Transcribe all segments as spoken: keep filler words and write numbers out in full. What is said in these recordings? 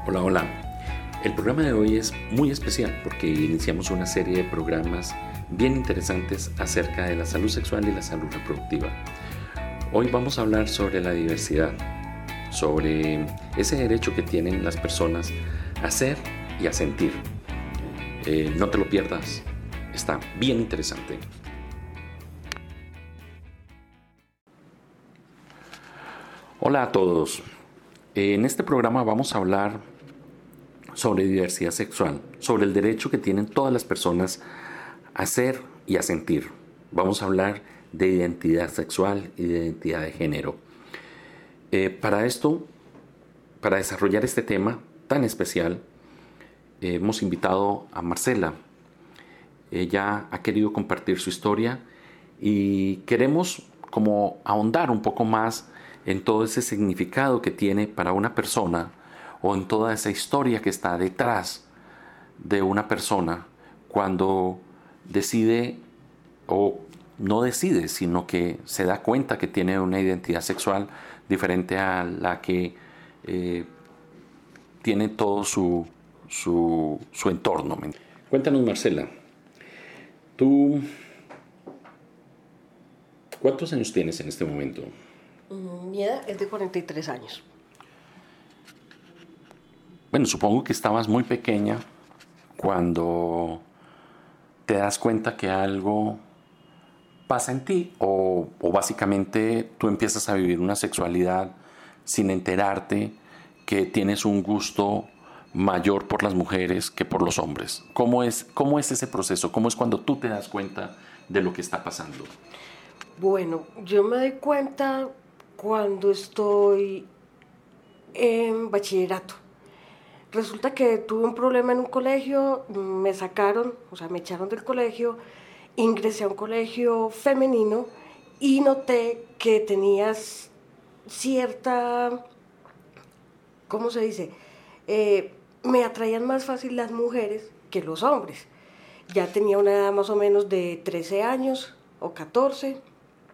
Hola, hola. El programa de hoy es muy especial porque iniciamos una serie de programas bien interesantes acerca de la salud sexual y la salud reproductiva. Hoy vamos a hablar sobre la diversidad, sobre ese derecho que tienen las personas a ser y a sentir. Eh, no te lo pierdas, está bien interesante. Hola a todos. En este programa vamos a hablar sobre diversidad sexual, sobre el derecho que tienen todas las personas a ser y a sentir. Vamos a hablar de identidad sexual y de identidad de género. Eh, para esto, para desarrollar este tema tan especial, eh, hemos invitado a Marcela. Ella ha querido compartir su historia y queremos como ahondar un poco más en todo ese significado que tiene para una persona o en toda esa historia que está detrás de una persona cuando decide o no decide, sino que se da cuenta que tiene una identidad sexual diferente a la que eh, tiene todo su, su, su entorno. Cuéntanos, Marcela, tú, ¿cuántos años tienes en este momento? Mi edad es de cuarenta y tres años. Bueno, supongo que estabas muy pequeña cuando te das cuenta que algo pasa en ti o, o básicamente tú empiezas a vivir una sexualidad sin enterarte que tienes un gusto mayor por las mujeres que por los hombres. ¿Cómo es, cómo es ese proceso? ¿Cómo es cuando tú te das cuenta de lo que está pasando? Bueno, yo me doy cuenta cuando estoy en bachillerato. Resulta que tuve un problema en un colegio, me sacaron, o sea, me echaron del colegio, ingresé a un colegio femenino y noté que tenías cierta, ¿cómo se dice? Eh, me atraían más fácil las mujeres que los hombres. Ya tenía una edad más o menos de trece años o catorce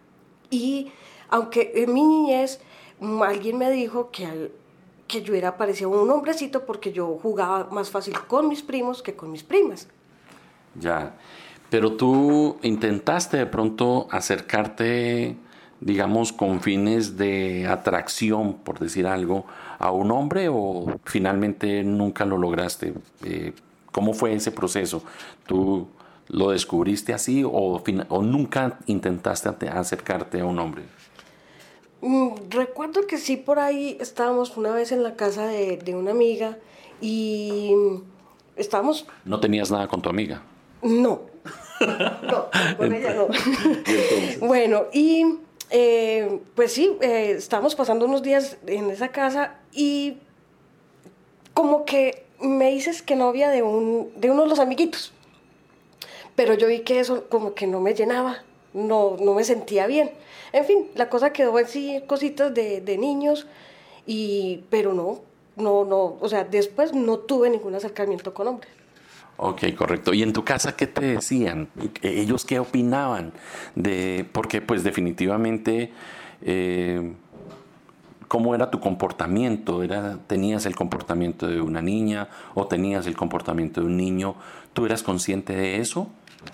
y aunque en mi niñez alguien me dijo que al que yo era parecía un hombrecito porque yo jugaba más fácil con mis primos que con mis primas. Ya, pero tú intentaste de pronto acercarte, digamos, con fines de atracción, por decir algo, a un hombre o finalmente nunca lo lograste. Eh, ¿Cómo fue ese proceso? ¿Tú lo descubriste así o, o nunca intentaste acercarte a un hombre? Mm, recuerdo que sí, por ahí estábamos una vez en la casa de, de una amiga y estábamos... ¿No tenías nada con tu amiga? No, no, con ella no. ¿Y entonces? Bueno, y eh, pues sí, eh, estábamos pasando unos días en esa casa y como que me dices que novia de, un, de uno de los amiguitos, pero yo vi que eso como que no me llenaba, no, no me sentía bien. En fin, la cosa quedó así, cositas de, de niños, y, pero no, no, no, o sea, después no tuve ningún acercamiento con hombres. Ok, correcto. ¿Y en tu casa qué te decían? ¿Ellos qué opinaban? De, porque pues definitivamente, eh, ¿cómo era tu comportamiento? ¿Era, ¿Tenías el comportamiento de una niña o tenías el comportamiento de un niño? ¿Tú eras consciente de eso?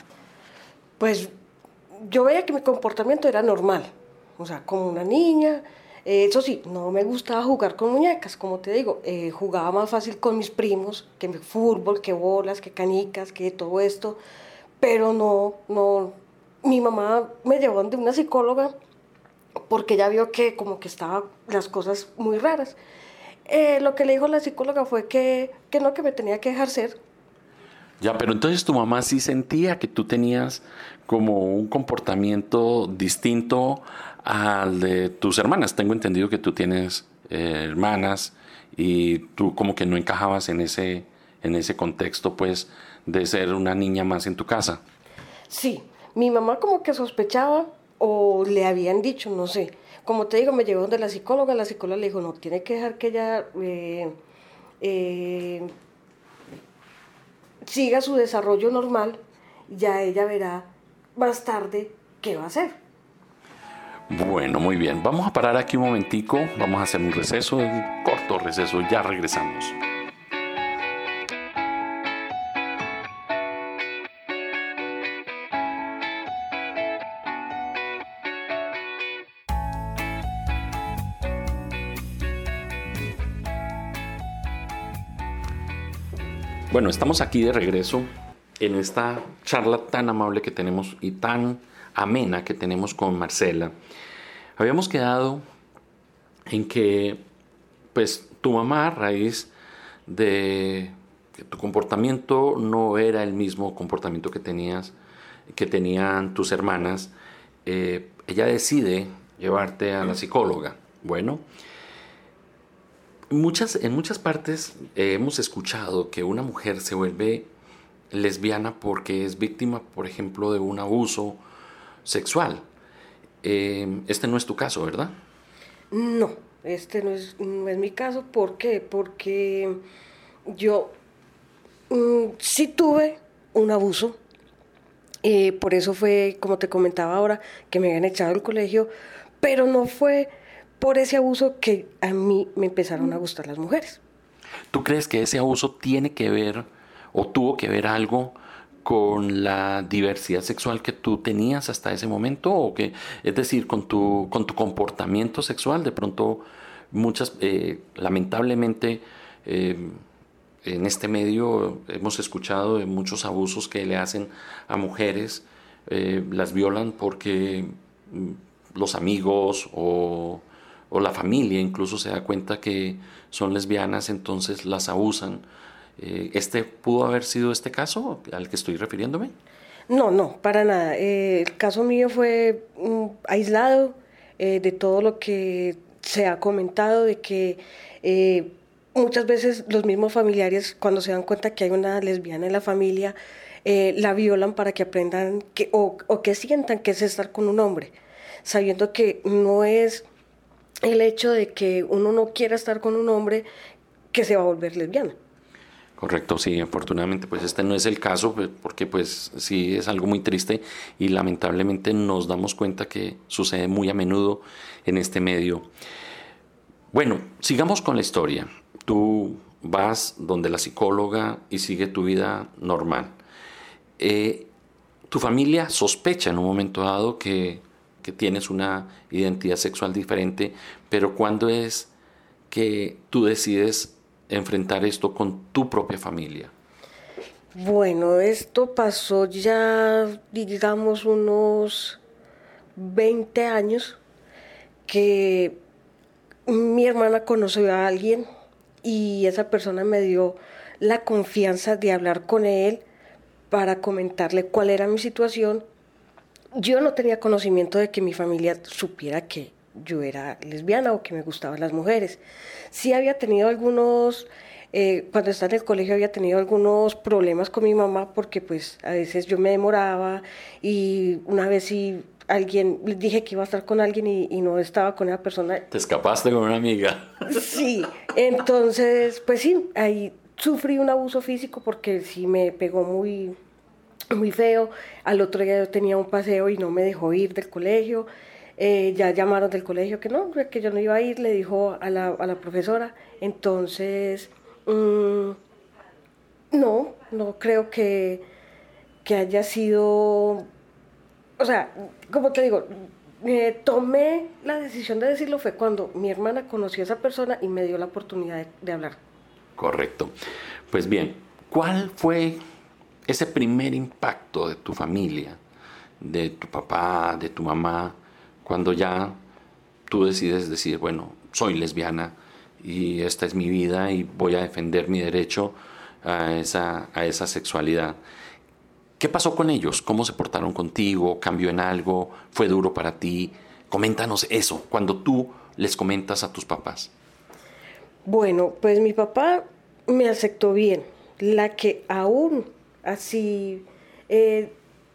Pues yo veía que mi comportamiento era normal, o sea, como una niña. Eh, eso sí, no me gustaba jugar con muñecas, como te digo, eh, jugaba más fácil con mis primos, que fútbol, que bolas, que canicas, que todo esto, pero no, no, mi mamá me llevó de una psicóloga porque ella vio que como que estaban las cosas muy raras. Eh, lo que le dijo la psicóloga fue que, que no, que me tenía que dejar ser. Ya, pero entonces tu mamá sí sentía que tú tenías como un comportamiento distinto al de tus hermanas. Tengo entendido que tú tienes eh, hermanas y tú como que no encajabas en ese, en ese contexto, pues, de ser una niña más en tu casa. Sí, mi mamá como que sospechaba o le habían dicho, no sé. Como te digo, me llevó donde la psicóloga, la psicóloga le dijo, no, tiene que dejar que ella eh, eh, siga su desarrollo normal, ya ella verá más tarde qué va a hacer. Bueno, muy bien. Vamos a parar aquí un momentico. Vamos a hacer un receso, un corto receso. Ya regresamos. Bueno, estamos aquí de regreso en esta charla tan amable que tenemos y tan amena que tenemos con Marcela. Habíamos quedado en que, pues, tu mamá, a raíz de que tu comportamiento no era el mismo comportamiento que tenías, que tenían tus hermanas, eh, ella decide llevarte a la psicóloga. Bueno, muchas, en muchas partes eh, hemos escuchado que una mujer se vuelve lesbiana porque es víctima, por ejemplo, de un abuso sexual. Eh, este no es tu caso, ¿verdad? No, este no es, no es mi caso. ¿Por qué? Porque yo mm, sí tuve un abuso. Eh, por eso fue, como te comentaba ahora, que me habían echado del colegio, pero no fue por ese abuso que a mí me empezaron a gustar las mujeres. ¿Tú crees que ese abuso tiene que ver o tuvo que ver algo con la diversidad sexual que tú tenías hasta ese momento? O que, es decir, con tu, con tu comportamiento sexual, de pronto muchas, eh, lamentablemente, eh, en este medio hemos escuchado de muchos abusos que le hacen a mujeres, eh, las violan porque mm, los amigos o, o la familia incluso se da cuenta que son lesbianas, entonces las abusan. Eh, ¿Este pudo haber sido este caso al que estoy refiriéndome? No, no, para nada. Eh, el caso mío fue mm, aislado eh, de todo lo que se ha comentado, de que eh, muchas veces los mismos familiares, cuando se dan cuenta que hay una lesbiana en la familia, eh, la violan para que aprendan que, o, o que sientan que es estar con un hombre, sabiendo que no es el hecho de que uno no quiera estar con un hombre que se va a volver lesbiana. Correcto, sí, afortunadamente pues este no es el caso, pues, porque pues sí es algo muy triste y lamentablemente nos damos cuenta que sucede muy a menudo en este medio. Bueno, sigamos con la historia. Tú vas donde la psicóloga y sigue tu vida normal. Eh, tu familia sospecha en un momento dado que, que tienes una identidad sexual diferente, pero ¿cuándo es que tú decides enfrentar esto con tu propia familia? Bueno, esto pasó ya, digamos, unos veinte años que mi hermana conoció a alguien y esa persona me dio la confianza de hablar con él para comentarle cuál era mi situación. Yo no tenía conocimiento de que mi familia supiera que yo era lesbiana o que me gustaban las mujeres. Sí había tenido algunos, eh, cuando estaba en el colegio había tenido algunos problemas con mi mamá porque pues a veces yo me demoraba y una vez sí alguien, les dije que iba a estar con alguien y, y no estaba con esa persona. Te escapaste con una amiga. Sí, entonces pues sí, ahí sufrí un abuso físico porque sí me pegó muy, muy feo. Al otro día yo tenía un paseo y no me dejó ir del colegio. Eh, ya llamaron del colegio que no, que yo no iba a ir, le dijo a la, a la profesora. Entonces, mmm, no, no creo que, que haya sido, o sea, como te digo, eh, tomé la decisión de decirlo fue cuando mi hermana conoció a esa persona y me dio la oportunidad de, de hablar. Correcto. Pues bien, ¿cuál fue ese primer impacto de tu familia, de tu papá, de tu mamá, cuando ya tú decides decir, bueno, soy lesbiana y esta es mi vida y voy a defender mi derecho a esa, a esa sexualidad? ¿Qué pasó con ellos? ¿Cómo se portaron contigo? ¿Cambió en algo? ¿Fue duro para ti? Coméntanos eso, cuando tú les comentas a tus papás. Bueno, pues mi papá me aceptó bien. La que aún así eh,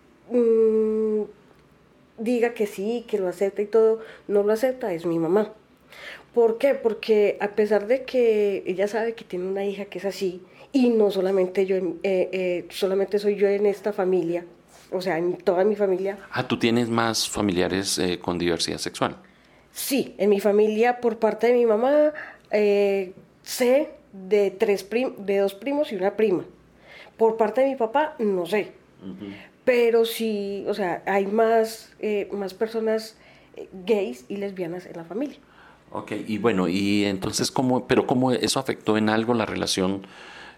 mmm, diga que sí, que lo acepta y todo, no lo acepta, es mi mamá. ¿Por qué? Porque a pesar de que ella sabe que tiene una hija que es así, y no solamente yo, eh, eh, solamente soy yo en esta familia, o sea, en toda mi familia. Ah, ¿tú tienes más familiares eh, con diversidad sexual? Sí, en mi familia, por parte de mi mamá, eh, sé de, tres prim de dos primos y una prima. Por parte de mi papá, no sé. Uh-huh. Pero sí, o sea, hay más, eh, más personas gays y lesbianas en la familia. Ok, y bueno, y entonces, ¿cómo, pero cómo eso afectó en algo la relación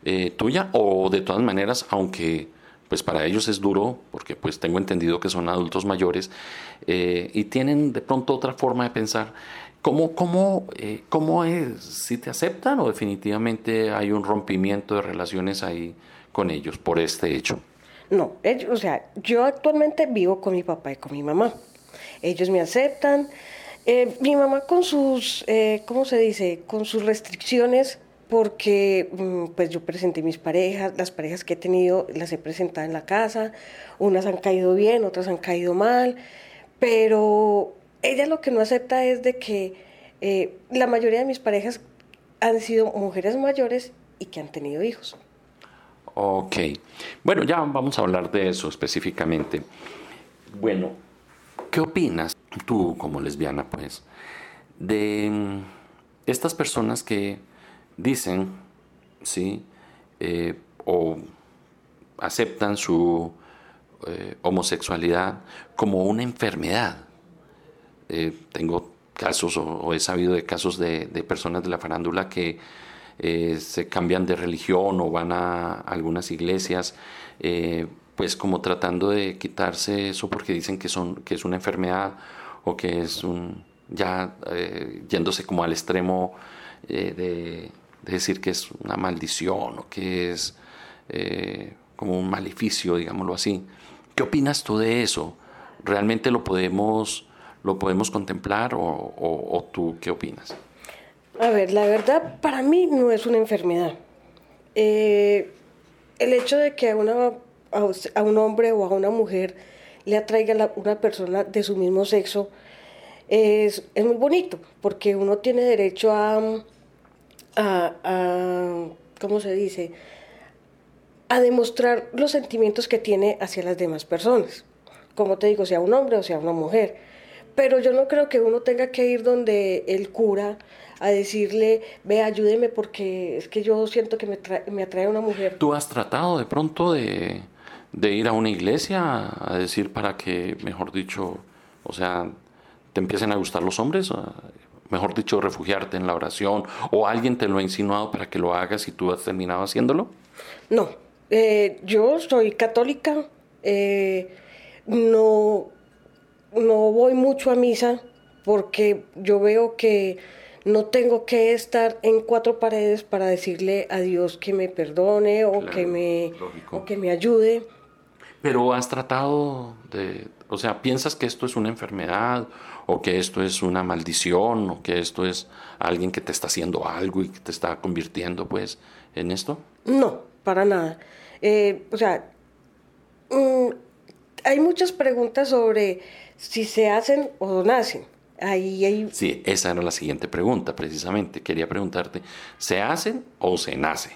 eh, tuya, o de todas maneras, aunque pues para ellos es duro, porque pues tengo entendido que son adultos mayores eh, y tienen de pronto otra forma de pensar. ¿Cómo, cómo, eh, cómo es? ¿Si te aceptan o definitivamente hay un rompimiento de relaciones ahí con ellos por este hecho? No, ellos, o sea, yo actualmente vivo con mi papá y con mi mamá. Ellos me aceptan. Eh, mi mamá con sus, eh, ¿cómo se dice? Con sus restricciones, porque mm, pues yo presenté mis parejas, las parejas que he tenido las he presentado en la casa, unas han caído bien, otras han caído mal, pero ella lo que no acepta es de que eh, la mayoría de mis parejas han sido mujeres mayores y que han tenido hijos. Ok, bueno, ya vamos a hablar de eso específicamente. Bueno, ¿qué opinas tú como lesbiana, pues, de mm, estas personas que dicen, sí, eh, o aceptan su eh, homosexualidad como una enfermedad? Eh, tengo casos o, o he sabido de casos de, de personas de la farándula que eh, se cambian de religión o van a algunas iglesias, eh, pues como tratando de quitarse eso porque dicen que, son, que es una enfermedad o que es un, ya eh, yéndose como al extremo eh, de, de decir que es una maldición o que es eh, como un maleficio, digámoslo así. ¿Qué opinas tú de eso? ¿Realmente lo podemos, lo podemos contemplar o, o, o tú qué opinas? A ver, la verdad para mí no es una enfermedad. Eh, el hecho de que a, una, a, a un hombre o a una mujer le atraiga la, una persona de su mismo sexo es, es muy bonito, porque uno tiene derecho a, a, a, ¿cómo se dice? A demostrar los sentimientos que tiene hacia las demás personas. Como te digo, sea un hombre o sea una mujer. Pero yo no creo que uno tenga que ir donde el cura a decirle, ve, ayúdeme porque es que yo siento que me, tra- me atrae una mujer. ¿Tú has tratado de pronto de, de ir a una iglesia a decir para que, mejor dicho, o sea, te empiecen a gustar los hombres? Mejor dicho, refugiarte en la oración, o alguien te lo ha insinuado para que lo hagas y tú has terminado haciéndolo? No, eh, yo soy católica, eh, no, no voy mucho a misa porque yo veo que no tengo que estar en cuatro paredes para decirle a Dios que me perdone o, Claro, que me, lógico. o que me ayude. Pero has tratado de, o sea, ¿piensas que esto es una enfermedad o que esto es una maldición o que esto es alguien que te está haciendo algo y que te está convirtiendo, pues, en esto? No, para nada. Eh, o sea, mm, hay muchas preguntas sobre si se hacen o nacen. Ahí hay, Sí, esa era la siguiente pregunta, precisamente. Quería preguntarte, ¿se hacen o se nace?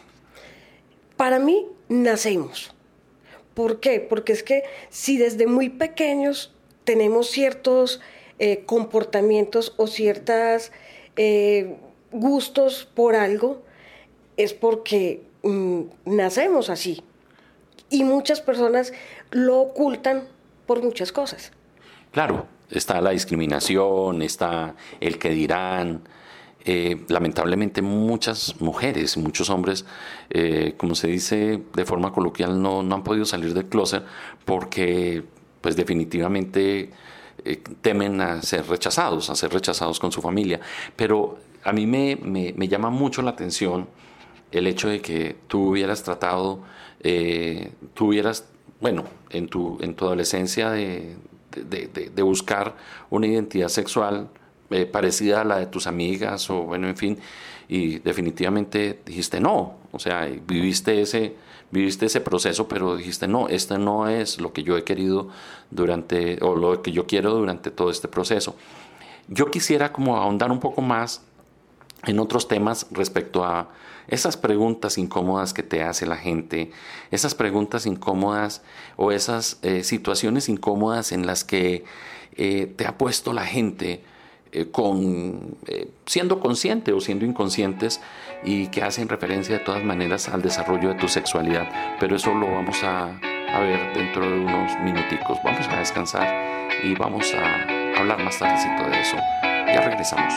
para mí, nacemos. ¿Por qué? Porque es que si desde muy pequeños tenemos ciertos eh, comportamientos o ciertos eh, gustos por algo, es porque mm, nacemos así. Y muchas personas lo ocultan por muchas cosas. Claro, está la discriminación, está el que dirán. Eh, lamentablemente muchas mujeres, muchos hombres, eh, como se dice de forma coloquial, no, no han podido salir del closet porque pues definitivamente eh, temen a ser rechazados, a ser rechazados con su familia. Pero a mí me, me, me llama mucho la atención el hecho de que tú hubieras tratado, eh, tú hubieras, bueno, en tu, en tu adolescencia de, de, de, de buscar una identidad sexual eh, parecida a la de tus amigas o bueno, en fin, y definitivamente dijiste no, o sea, viviste ese, viviste ese proceso, pero dijiste no, esto no es lo que yo he querido durante, o lo que yo quiero durante todo este proceso. Yo quisiera como ahondar un poco más en otros temas respecto a esas preguntas incómodas que te hace la gente, esas preguntas incómodas o esas eh, situaciones incómodas en las que eh, te ha puesto la gente eh, con, eh, siendo consciente o siendo inconscientes y que hacen referencia de todas maneras al desarrollo de tu sexualidad. Pero eso lo vamos a, a ver dentro de unos minuticos. Vamos a descansar y vamos a hablar más tardecito de eso. Ya regresamos.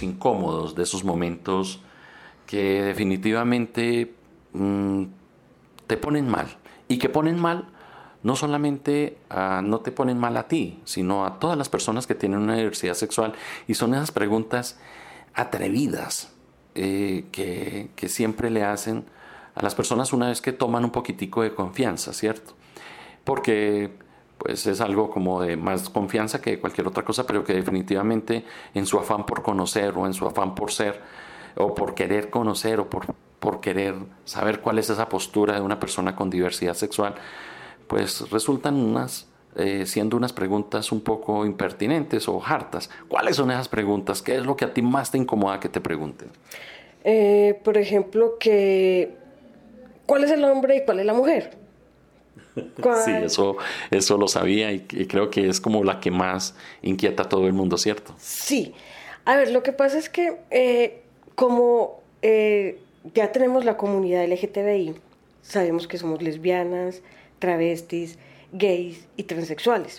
incómodos, de esos momentos que definitivamente mmm, te ponen mal. Y que ponen mal, no solamente uh, no te ponen mal a ti, sino a todas las personas que tienen una diversidad sexual. Y son esas preguntas atrevidas eh, que, que siempre le hacen a las personas una vez que toman un poquitico de confianza, ¿cierto? Porque pues es algo como de más confianza que cualquier otra cosa, pero que definitivamente en su afán por conocer o en su afán por ser o por querer conocer o por, por querer saber cuál es esa postura de una persona con diversidad sexual, pues resultan unas, eh, siendo unas preguntas un poco impertinentes o hartas. ¿Cuáles son esas preguntas? ¿Qué es lo que a ti más te incomoda que te pregunten? Eh, por ejemplo, que ¿cuál es el hombre y cuál es la mujer? ¿Cuál? Sí, eso, eso lo sabía y, y creo que es como la que más inquieta a todo el mundo, ¿cierto? Sí. A ver, lo que pasa es que eh, como eh, ya tenemos la comunidad L G T B I, sabemos que somos lesbianas, travestis, gays y transexuales.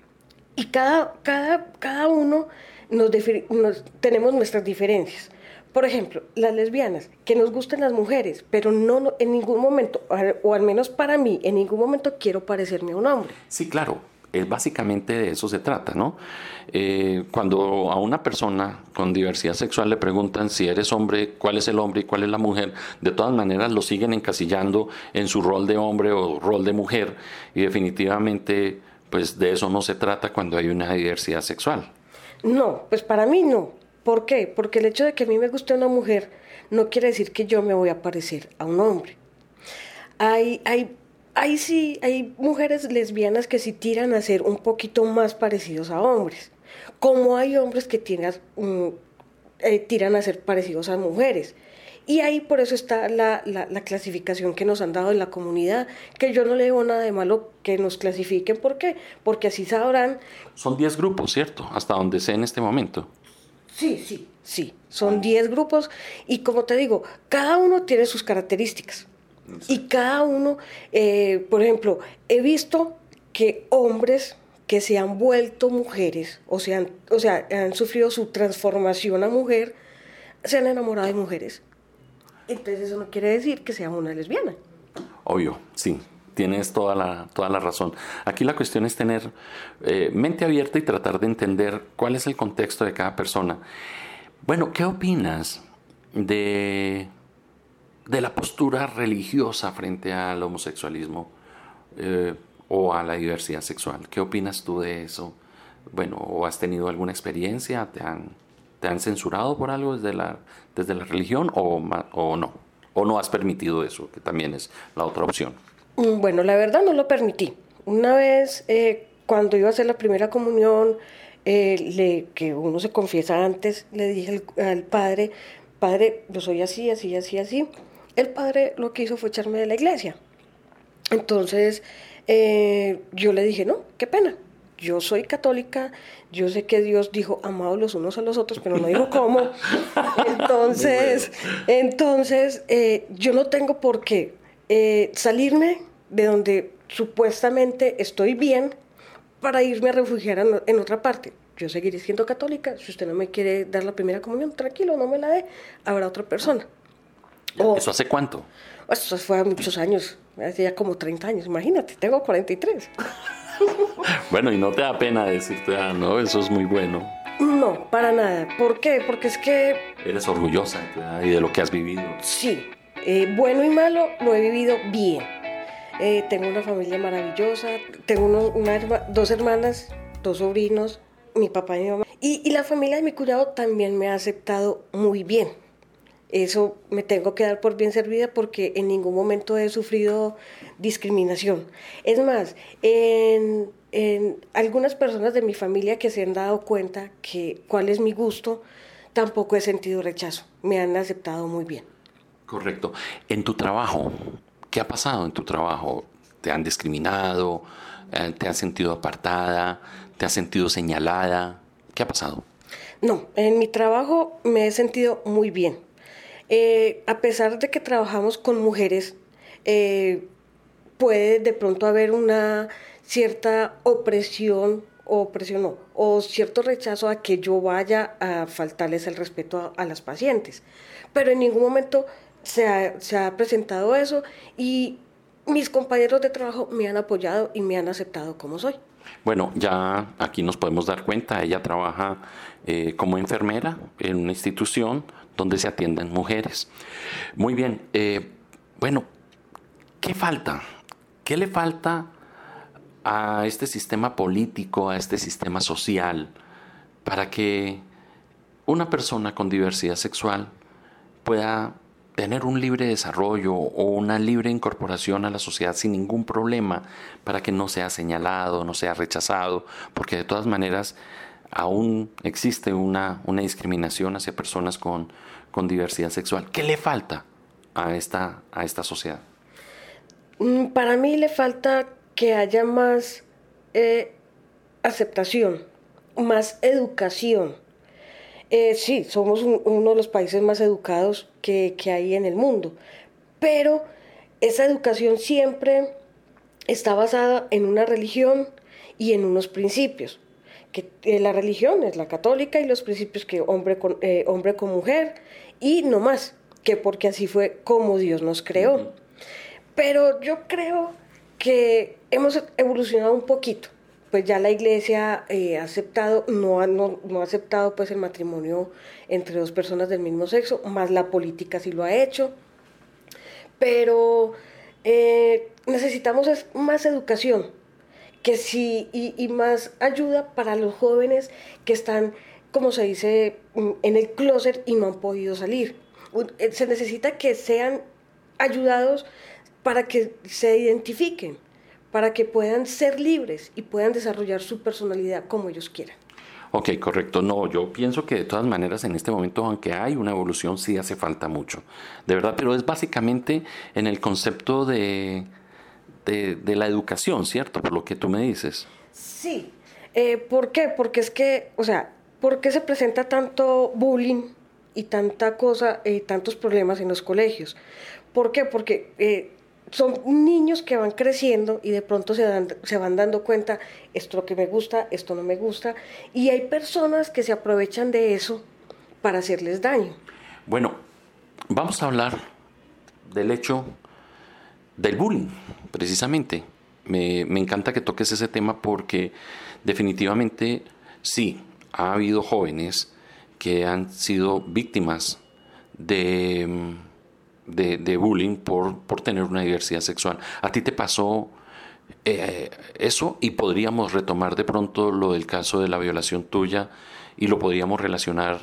Y cada, cada, cada uno nos, nos tenemos nuestras diferencias. Por ejemplo, las lesbianas, que nos gustan las mujeres, pero no, no en ningún momento, o al menos para mí, en ningún momento quiero parecerme a un hombre. Sí, claro, es básicamente de eso se trata, ¿no? Eh, cuando a una persona con diversidad sexual le preguntan si eres hombre, cuál es el hombre y cuál es la mujer, de todas maneras lo siguen encasillando en su rol de hombre o rol de mujer, y definitivamente pues de eso no se trata cuando hay una diversidad sexual. No, pues para mí no. ¿Por qué? Porque el hecho de que a mí me guste una mujer no quiere decir que yo me voy a parecer a un hombre. Hay, hay, hay, sí, hay mujeres lesbianas que sí tiran a ser un poquito más parecidos a hombres, como hay hombres que tiran, um, eh, tiran a ser parecidos a mujeres. Y ahí por eso está la, la, la clasificación que nos han dado en la comunidad, que yo no le veo nada de malo que nos clasifiquen. ¿Por qué? Porque así sabrán. Son diez grupos, ¿cierto? Hasta donde sé en este momento. Sí, sí, sí. Son diez grupos y como te digo, cada uno tiene sus características. Exacto. Y cada uno, eh, por ejemplo, he visto que hombres que se han vuelto mujeres, o sea, han, o sea, han sufrido su transformación a mujer, se han enamorado de mujeres. Entonces eso no quiere decir que sea una lesbiana. Obvio, sí. Tienes toda la, toda la razón. Aquí la cuestión es tener eh, mente abierta y tratar de entender cuál es el contexto de cada persona. Bueno, ¿qué opinas de, de la postura religiosa frente al homosexualismo eh, o a la diversidad sexual? ¿Qué opinas tú de eso? Bueno, ¿o has tenido alguna experiencia? ¿Te han, te han censurado por algo desde la, desde la religión o, o no? ¿O no has permitido eso, que también es la otra opción? Bueno, la verdad no lo permití. Una vez, eh, cuando iba a hacer la primera comunión, eh, le, que uno se confiesa antes, le dije al, al padre, padre, yo soy así, así, así, así. El padre lo que hizo fue echarme de la iglesia. Entonces, eh, yo le dije, no, qué pena. Yo soy católica, yo sé que Dios dijo amados los unos a los otros, pero no dijo cómo. Entonces, entonces eh, yo no tengo por qué eh, salirme de donde supuestamente estoy bien para irme a refugiar en, en otra parte. Yo seguiré siendo católica. Si usted no me quiere dar la primera comunión, tranquilo, no me la dé, habrá otra persona. O, ¿Eso hace cuánto? Eso fue hace muchos años, hace ya como treinta años, imagínate, tengo cuarenta y tres. Bueno, y no te da pena decirte, ah, no, eso es muy bueno. No, para nada. ¿Por qué? Porque es que... Eres orgullosa y de lo que has vivido. Sí, eh, bueno y malo lo he vivido bien. Eh, tengo una familia maravillosa, tengo uno, una, dos hermanas, dos sobrinos, mi papá y mi mamá. Y, y la familia de mi cuñado también me ha aceptado muy bien. Eso me tengo que dar por bien servida porque en ningún momento he sufrido discriminación. Es más, en, en algunas personas de mi familia que se han dado cuenta que cuál es mi gusto, tampoco he sentido rechazo. Me han aceptado muy bien. Correcto. En tu trabajo, ¿qué ha pasado en tu trabajo? ¿Te han discriminado? ¿Te has sentido apartada? ¿Te has sentido señalada? ¿Qué ha pasado? No, en mi trabajo me he sentido muy bien. Eh, a pesar de que trabajamos con mujeres, eh, puede de pronto haber una cierta opresión o presión no, o cierto rechazo a que yo vaya a faltarles el respeto a, a las pacientes. Pero en ningún momento se ha, se ha presentado eso y mis compañeros de trabajo me han apoyado y me han aceptado como soy. Bueno, ya aquí nos podemos dar cuenta, ella trabaja eh, como enfermera en una institución donde se atienden mujeres. Muy bien, eh, bueno, ¿qué falta? ¿Qué le falta a este sistema político, a este sistema social, para que una persona con diversidad sexual pueda tener un libre desarrollo o una libre incorporación a la sociedad sin ningún problema, para que no sea señalado, no sea rechazado, porque de todas maneras aún existe una, una discriminación hacia personas con, con diversidad sexual? ¿Qué le falta a esta, a esta sociedad? Para mí le falta que haya más eh, aceptación, más educación. Eh, sí, somos un, uno de los países más educados que, que hay en el mundo, pero esa educación siempre está basada en una religión y en unos principios. Que eh, la religión es la católica y los principios que hombre con, eh, hombre con mujer y no más, que porque así fue como Dios nos creó. Uh-huh. Pero yo creo que hemos evolucionado un poquito. Pues ya la iglesia eh, ha aceptado, no ha, no, no ha aceptado pues el matrimonio entre dos personas del mismo sexo, más la política sí lo ha hecho, pero eh, necesitamos más educación que sí, y, y más ayuda para los jóvenes que están, como se dice, en el closet y no han podido salir. Se necesita que sean ayudados para que se identifiquen, para que puedan ser libres y puedan desarrollar su personalidad como ellos quieran. Ok, correcto. No, yo pienso que de todas maneras en este momento, aunque hay una evolución, sí hace falta mucho, de verdad, pero es básicamente en el concepto de, de, de la educación, ¿cierto? Por lo que tú me dices. Sí. Eh, ¿Por qué? Porque es que, o sea, ¿por qué se presenta tanto bullying y tanta cosa, eh, tantos problemas en los colegios? ¿Por qué? Porque eh, son niños que van creciendo y de pronto se, dan, se van dando cuenta, esto es lo que me gusta, esto no me gusta, y hay personas que se aprovechan de eso para hacerles daño. Bueno, vamos a hablar del hecho del bullying, precisamente. Me, me encanta que toques ese tema porque definitivamente sí, ha habido jóvenes que han sido víctimas de... De, de bullying por, por tener una diversidad sexual. ¿A ti te pasó eh, eso? Y podríamos retomar de pronto lo del caso de la violación tuya y lo podríamos relacionar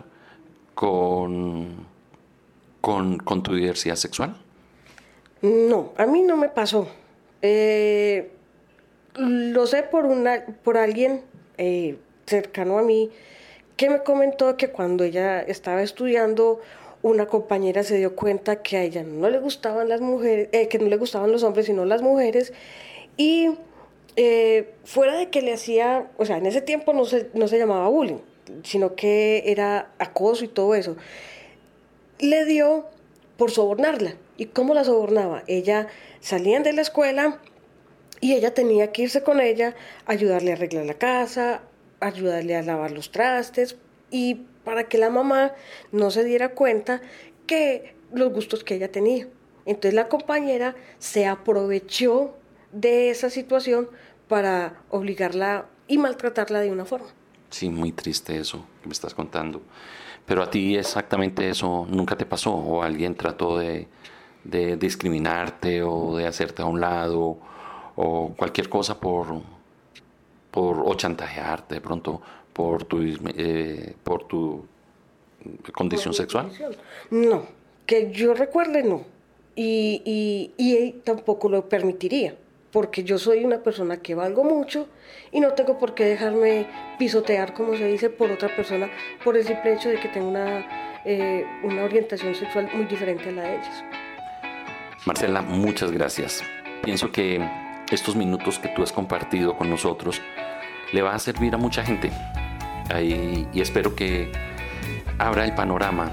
con, con, con tu diversidad sexual. No, a mí no me pasó. Eh, lo sé por, una, por alguien eh, cercano a mí que me comentó que cuando ella estaba estudiando, una compañera se dio cuenta que a ella no le gustaban las mujeres, eh, que no le gustaban los hombres sino las mujeres, y eh, fuera de que le hacía, o sea, en ese tiempo no se, no se llamaba bullying, sino que era acoso y todo eso, le dio por sobornarla. ¿Y cómo la sobornaba? Ella salían de la escuela y ella tenía que irse con ella, ayudarle a arreglar la casa, ayudarle a lavar los trastes, y para que la mamá no se diera cuenta que los gustos que ella tenía. Entonces la compañera se aprovechó de esa situación para obligarla y maltratarla de una forma. Sí, muy triste eso que me estás contando. Pero a ti exactamente eso nunca te pasó, o alguien trató de, de discriminarte o de hacerte a un lado o cualquier cosa por, por o chantajearte de pronto por tu, eh, por tu condición ¿Por sexual? Condición? No, que yo recuerde no. Y, y, y tampoco lo permitiría, porque yo soy una persona que valgo mucho y no tengo por qué dejarme pisotear, como se dice, por otra persona, por el simple hecho de que tengo una, eh, una orientación sexual muy diferente a la de ellas. Marcela, muchas gracias. Pienso que estos minutos que tú has compartido con nosotros le va a servir a mucha gente. Ahí, y espero que abra el panorama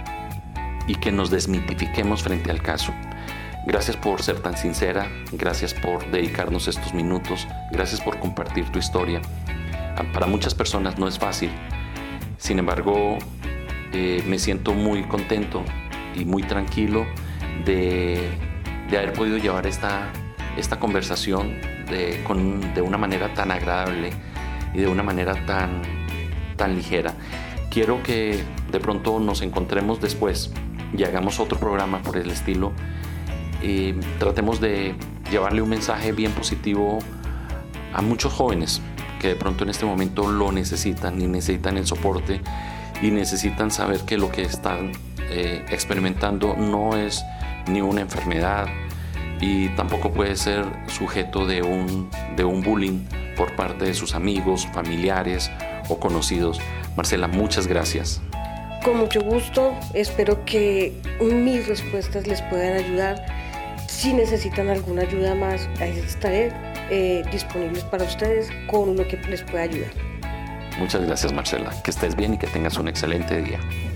y que nos desmitifiquemos frente al caso. Gracias por ser tan sincera, gracias por dedicarnos estos minutos, gracias por compartir tu historia. Para muchas personas no es fácil. Sin embargo, eh, me siento muy contento y muy tranquilo de, de haber podido llevar esta, esta conversación de, con, de una manera tan agradable y de una manera tan, tan ligera. Quiero que de pronto nos encontremos después y hagamos otro programa por el estilo y tratemos de llevarle un mensaje bien positivo a muchos jóvenes que de pronto en este momento lo necesitan y necesitan el soporte y necesitan saber que lo que están eh, experimentando no es ni una enfermedad y tampoco puede ser sujeto de un, de un bullying por parte de sus amigos, familiares o conocidos. Marcela, muchas gracias. Con mucho gusto, espero que mis respuestas les puedan ayudar. Si necesitan alguna ayuda más, ahí estaré eh, disponibles para ustedes con lo que les pueda ayudar. Muchas gracias, Marcela. Que estés bien y que tengas un excelente día.